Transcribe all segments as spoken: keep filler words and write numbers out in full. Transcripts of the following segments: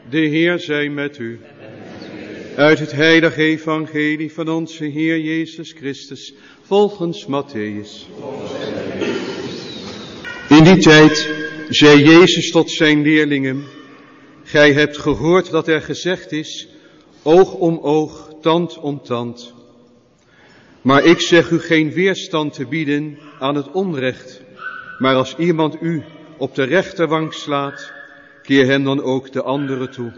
De Heer zij met u. Uit het heilige evangelie van onze Heer Jezus Christus, volgens Mattheüs. In die tijd zei Jezus tot zijn leerlingen: gij hebt gehoord dat er gezegd is, oog om oog, tand om tand. Maar ik zeg u geen weerstand te bieden aan het onrecht. Maar als iemand u op de rechterwang slaat, keer hem dan ook de andere toe.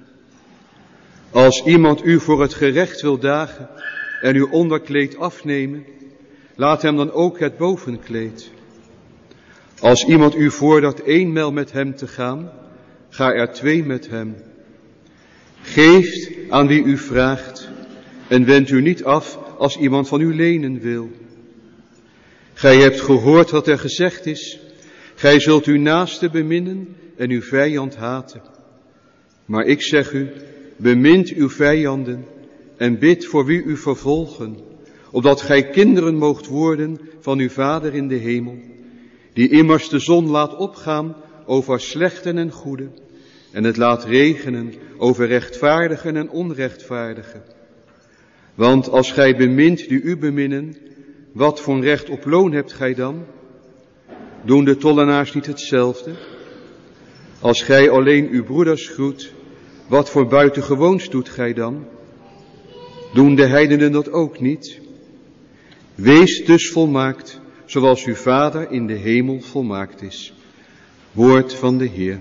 Als iemand u voor het gerecht wil dagen en uw onderkleed afnemen, laat hem dan ook het bovenkleed. Als iemand u vordert één mijl met hem te gaan, ga er twee met hem. Geeft aan wie u vraagt en wend u niet af als iemand van u lenen wil. Gij hebt gehoord wat er gezegd is, gij zult uw naaste beminnen en uw vijand haten. Maar ik zeg u, bemint uw vijanden en bid voor wie u vervolgen, opdat gij kinderen moogt worden van uw Vader in de hemel, die immers de zon laat opgaan over slechten en goeden, en het laat regenen over rechtvaardigen en onrechtvaardigen. Want als gij bemint die u beminnen, wat voor recht op loon hebt gij dan? Doen de tollenaars niet hetzelfde? Als gij alleen uw broeders groet, wat voor buitengewoons doet gij dan? Doen de heidenen dat ook niet? Wees dus volmaakt, zoals uw Vader in de hemel volmaakt is. Woord van de Heer.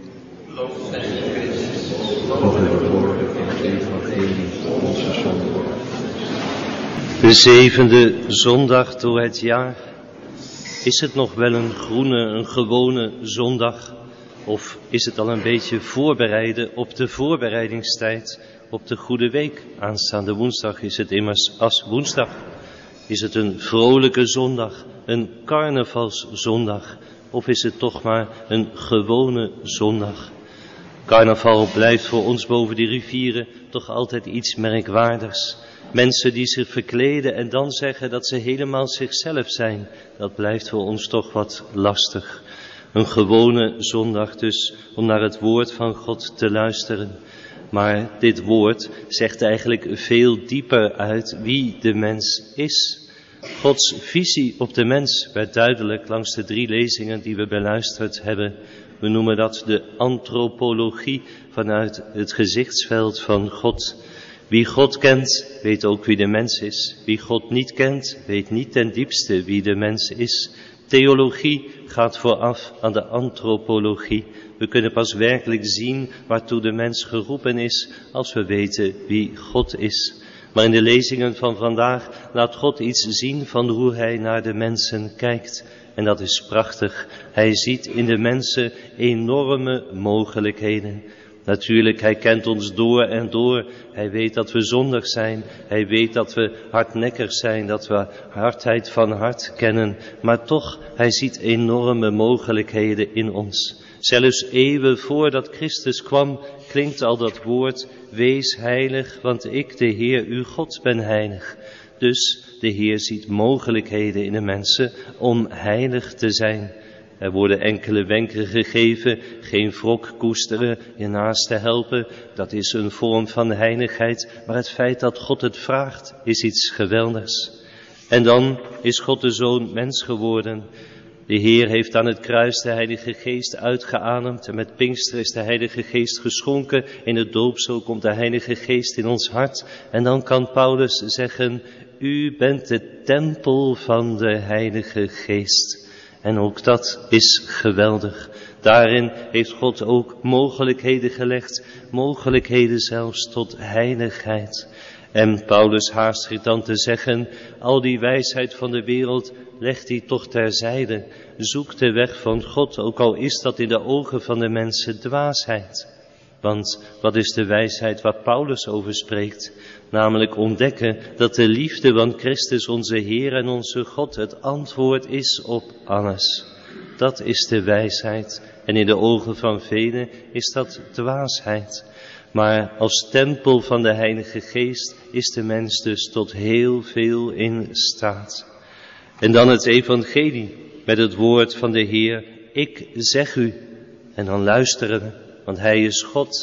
De zevende zondag door het jaar. Is het nog wel een groene, een gewone zondag? Of is het al een beetje voorbereiden op de voorbereidingstijd op de Goede Week? Aanstaande woensdag is het immers Aswoensdag. Is het een vrolijke zondag, een carnavalszondag? Of is het toch maar een gewone zondag? Carnaval blijft voor ons boven die rivieren toch altijd iets merkwaardigs. Mensen die zich verkleden en dan zeggen dat ze helemaal zichzelf zijn, dat blijft voor ons toch wat lastig. Een gewone zondag dus om naar het woord van God te luisteren. Maar dit woord zegt eigenlijk veel dieper uit wie de mens is. Gods visie op de mens werd duidelijk langs de drie lezingen die we beluisterd hebben. We noemen dat de antropologie vanuit het gezichtsveld van God. Wie God kent, weet ook wie de mens is. Wie God niet kent, weet niet ten diepste wie de mens is. Theologie gaat vooraf aan de antropologie. We kunnen pas werkelijk zien waartoe de mens geroepen is als we weten wie God is. Maar in de lezingen van vandaag laat God iets zien van hoe hij naar de mensen kijkt. En dat is prachtig. Hij ziet in de mensen enorme mogelijkheden. Natuurlijk, hij kent ons door en door. Hij weet dat we zondig zijn. Hij weet dat we hardnekkig zijn, dat we hardheid van hart kennen. Maar toch, hij ziet enorme mogelijkheden in ons. Zelfs eeuwen voordat Christus kwam, klinkt al dat woord: wees heilig, want ik, de Heer, uw God, ben heilig. Dus de Heer ziet mogelijkheden in de mensen om heilig te zijn. Er worden enkele wenken gegeven, geen wrok koesteren, je naaste helpen. Dat is een vorm van heiligheid, maar het feit dat God het vraagt is iets geweldigs. En dan is God de Zoon mens geworden. De Heer heeft aan het kruis de Heilige Geest uitgeademd en met Pinkster is de Heilige Geest geschonken. In het doopsel komt de Heilige Geest in ons hart. En dan kan Paulus zeggen: u bent de tempel van de Heilige Geest. En ook dat is geweldig. Daarin heeft God ook mogelijkheden gelegd, mogelijkheden zelfs tot heiligheid. En Paulus haast zich dan te zeggen: al die wijsheid van de wereld, leg die toch terzijde. Zoek de weg van God, ook al is dat in de ogen van de mensen dwaasheid. Want wat is de wijsheid waar Paulus over spreekt? Namelijk ontdekken dat de liefde van Christus onze Heer en onze God het antwoord is op alles. Dat is de wijsheid. En in de ogen van velen is dat dwaasheid. Maar als tempel van de Heilige Geest is de mens dus tot heel veel in staat. En dan het evangelie met het woord van de Heer: ik zeg u. En dan luisteren we, want Hij is God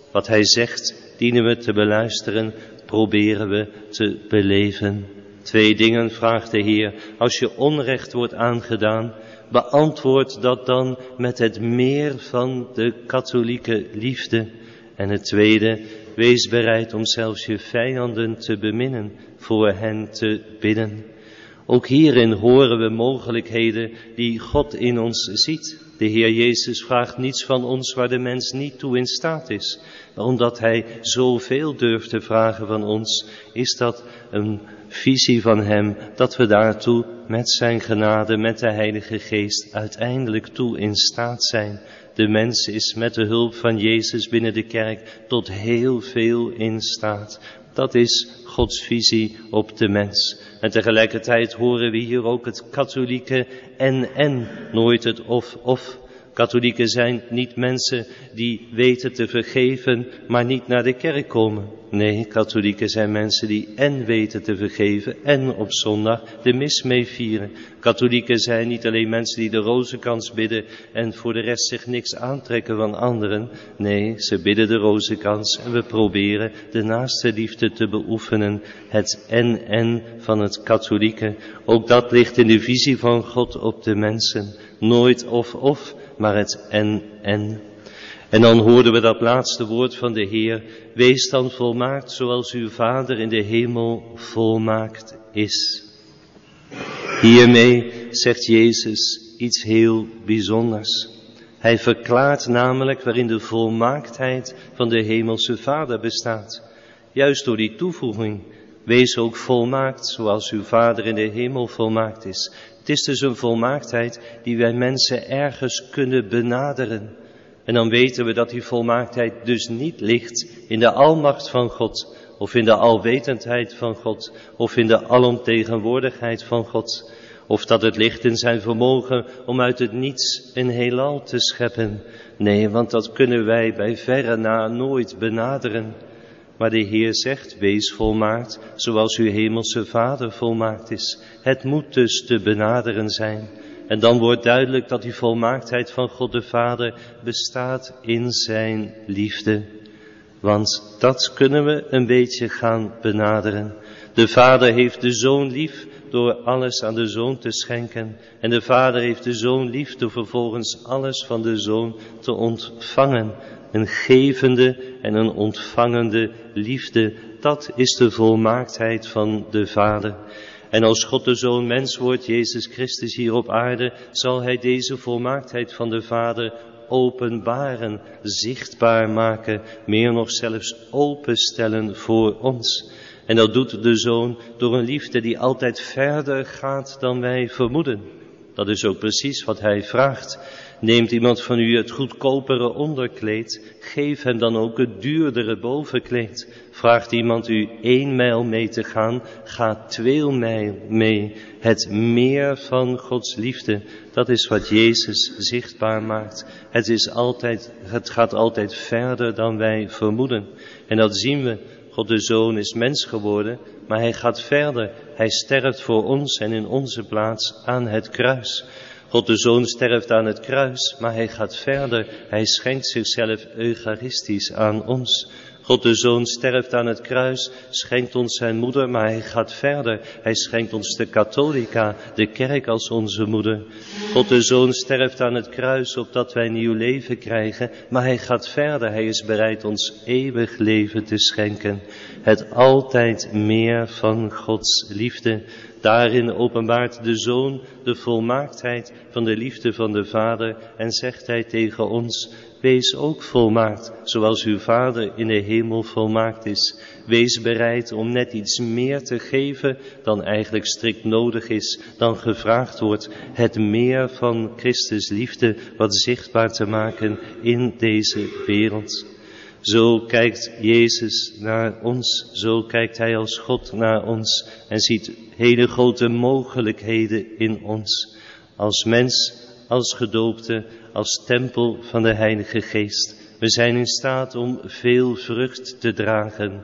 Wat hij zegt, dienen we te beluisteren, proberen we te beleven. Twee dingen vraagt de Heer. Als je onrecht wordt aangedaan, beantwoord dat dan met het meer van de katholieke liefde. En het tweede, wees bereid om zelfs je vijanden te beminnen, voor hen te bidden. Ook hierin horen we mogelijkheden die God in ons ziet. De Heer Jezus vraagt niets van ons waar de mens niet toe in staat is. Maar omdat Hij zoveel durft te vragen van ons, is dat een visie van Hem, dat we daartoe met zijn genade, met de Heilige Geest, uiteindelijk toe in staat zijn. De mens is met de hulp van Jezus binnen de kerk tot heel veel in staat. Dat is Gods visie op de mens. En tegelijkertijd horen we hier ook het katholieke en-en, nooit het of-of. Katholieken zijn niet mensen die weten te vergeven, maar niet naar de kerk komen. Nee, katholieken zijn mensen die en weten te vergeven en op zondag de mis mee vieren. Katholieken zijn niet alleen mensen die de rozenkrans bidden en voor de rest zich niks aantrekken van anderen. Nee, ze bidden de rozenkrans en we proberen de naaste liefde te beoefenen. Het en-en van het katholieke, ook dat ligt in de visie van God op de mensen. Nooit of-of, maar het en-en. En dan hoorden we dat laatste woord van de Heer. Wees dan volmaakt zoals uw Vader in de hemel volmaakt is. Hiermee zegt Jezus iets heel bijzonders. Hij verklaart namelijk waarin de volmaaktheid van de hemelse Vader bestaat. Juist door die toevoeging. Wees ook volmaakt zoals uw Vader in de hemel volmaakt is. Het is dus een volmaaktheid die wij mensen ergens kunnen benaderen. En dan weten we dat die volmaaktheid dus niet ligt in de almacht van God, of in de alwetendheid van God, of in de alomtegenwoordigheid van God, of dat het ligt in zijn vermogen om uit het niets een heelal te scheppen. Nee, want dat kunnen wij bij verre na nooit benaderen. Maar de Heer zegt, wees volmaakt, zoals uw hemelse Vader volmaakt is. Het moet dus te benaderen zijn. En dan wordt duidelijk dat die volmaaktheid van God de Vader bestaat in zijn liefde. Want dat kunnen we een beetje gaan benaderen. De Vader heeft de Zoon lief door alles aan de Zoon te schenken. En de Vader heeft de Zoon lief door vervolgens alles van de Zoon te ontvangen. Een gevende en een ontvangende liefde, dat is de volmaaktheid van de Vader. En als God de Zoon mens wordt, Jezus Christus hier op aarde, zal Hij deze volmaaktheid van de Vader openbaren, zichtbaar maken, meer nog zelfs openstellen voor ons. En dat doet de Zoon door een liefde die altijd verder gaat dan wij vermoeden. Dat is ook precies wat Hij vraagt. Neemt iemand van u het goedkopere onderkleed, geef hem dan ook het duurdere bovenkleed. Vraagt iemand u één mijl mee te gaan, ga twee mijl mee. Het meer van Gods liefde, dat is wat Jezus zichtbaar maakt. Het is altijd, het gaat altijd verder dan wij vermoeden. En dat zien we. God de Zoon is mens geworden, maar Hij gaat verder. Hij sterft voor ons en in onze plaats aan het kruis. God de Zoon sterft aan het kruis, maar Hij gaat verder. Hij schenkt zichzelf eucharistisch aan ons. God de Zoon sterft aan het kruis, schenkt ons zijn moeder, maar Hij gaat verder. Hij schenkt ons de katholica, de kerk als onze moeder. God de Zoon sterft aan het kruis, opdat wij nieuw leven krijgen, maar Hij gaat verder. Hij is bereid ons eeuwig leven te schenken. Het altijd meer van Gods liefde. Daarin openbaart de Zoon de volmaaktheid van de liefde van de Vader en zegt Hij tegen ons, wees ook volmaakt, zoals uw Vader in de hemel volmaakt is. Wees bereid om net iets meer te geven dan eigenlijk strikt nodig is, dan gevraagd wordt. Het meer van Christus liefde wat zichtbaar te maken in deze wereld. Zo kijkt Jezus naar ons, zo kijkt Hij als God naar ons en ziet hele grote mogelijkheden in ons. Als mens, als gedoopte, als tempel van de Heilige Geest. We zijn in staat om veel vrucht te dragen.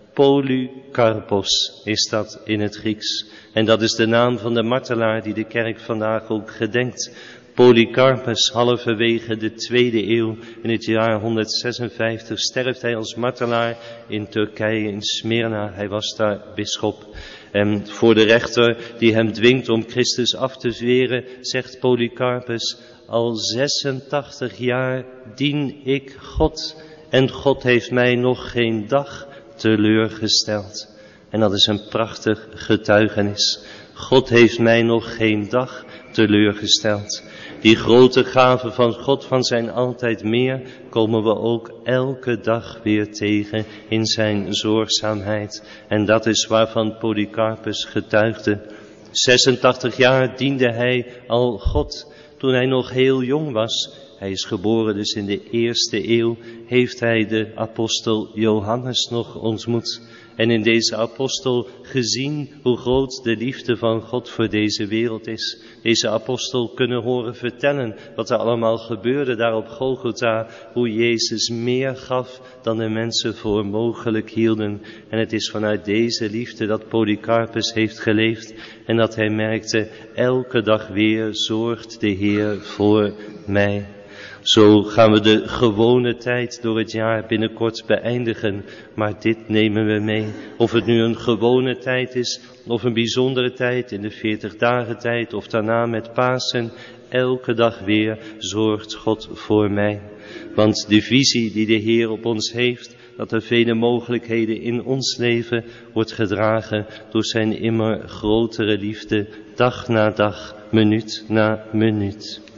Polycarpos is dat in het Grieks. En dat is de naam van de martelaar die de kerk vandaag ook gedenkt. Polycarpus, halverwege de tweede eeuw, in het jaar honderdzesenvijftig, sterft hij als martelaar in Turkije, in Smyrna. Hij was daar bisschop. En voor de rechter die hem dwingt om Christus af te zweren, zegt Polycarpus: al zesentachtig jaar dien ik God en God heeft mij nog geen dag teleurgesteld. En dat is een prachtig getuigenis. God heeft mij nog geen dag teleurgesteld. Die grote gaven van God, van zijn altijd meer, komen we ook elke dag weer tegen in zijn zorgzaamheid. En dat is waarvan Polycarpus getuigde. zesentachtig jaar diende hij al God. Toen hij nog heel jong was, hij is geboren dus in de eerste eeuw, heeft hij de apostel Johannes nog ontmoet. En in deze apostel gezien hoe groot de liefde van God voor deze wereld is. Deze apostel kunnen horen vertellen wat er allemaal gebeurde daar op Golgotha. Hoe Jezus meer gaf dan de mensen voor mogelijk hielden. En het is vanuit deze liefde dat Polycarpus heeft geleefd. En dat hij merkte, elke dag weer zorgt de Heer voor mij. Zo gaan we de gewone tijd door het jaar binnenkort beëindigen, maar dit nemen we mee. Of het nu een gewone tijd is, of een bijzondere tijd in de veertig dagen tijd, of daarna met Pasen, elke dag weer zorgt God voor mij. Want de visie die de Heer op ons heeft, dat er vele mogelijkheden in ons leven, wordt gedragen door zijn immer grotere liefde, dag na dag, minuut na minuut.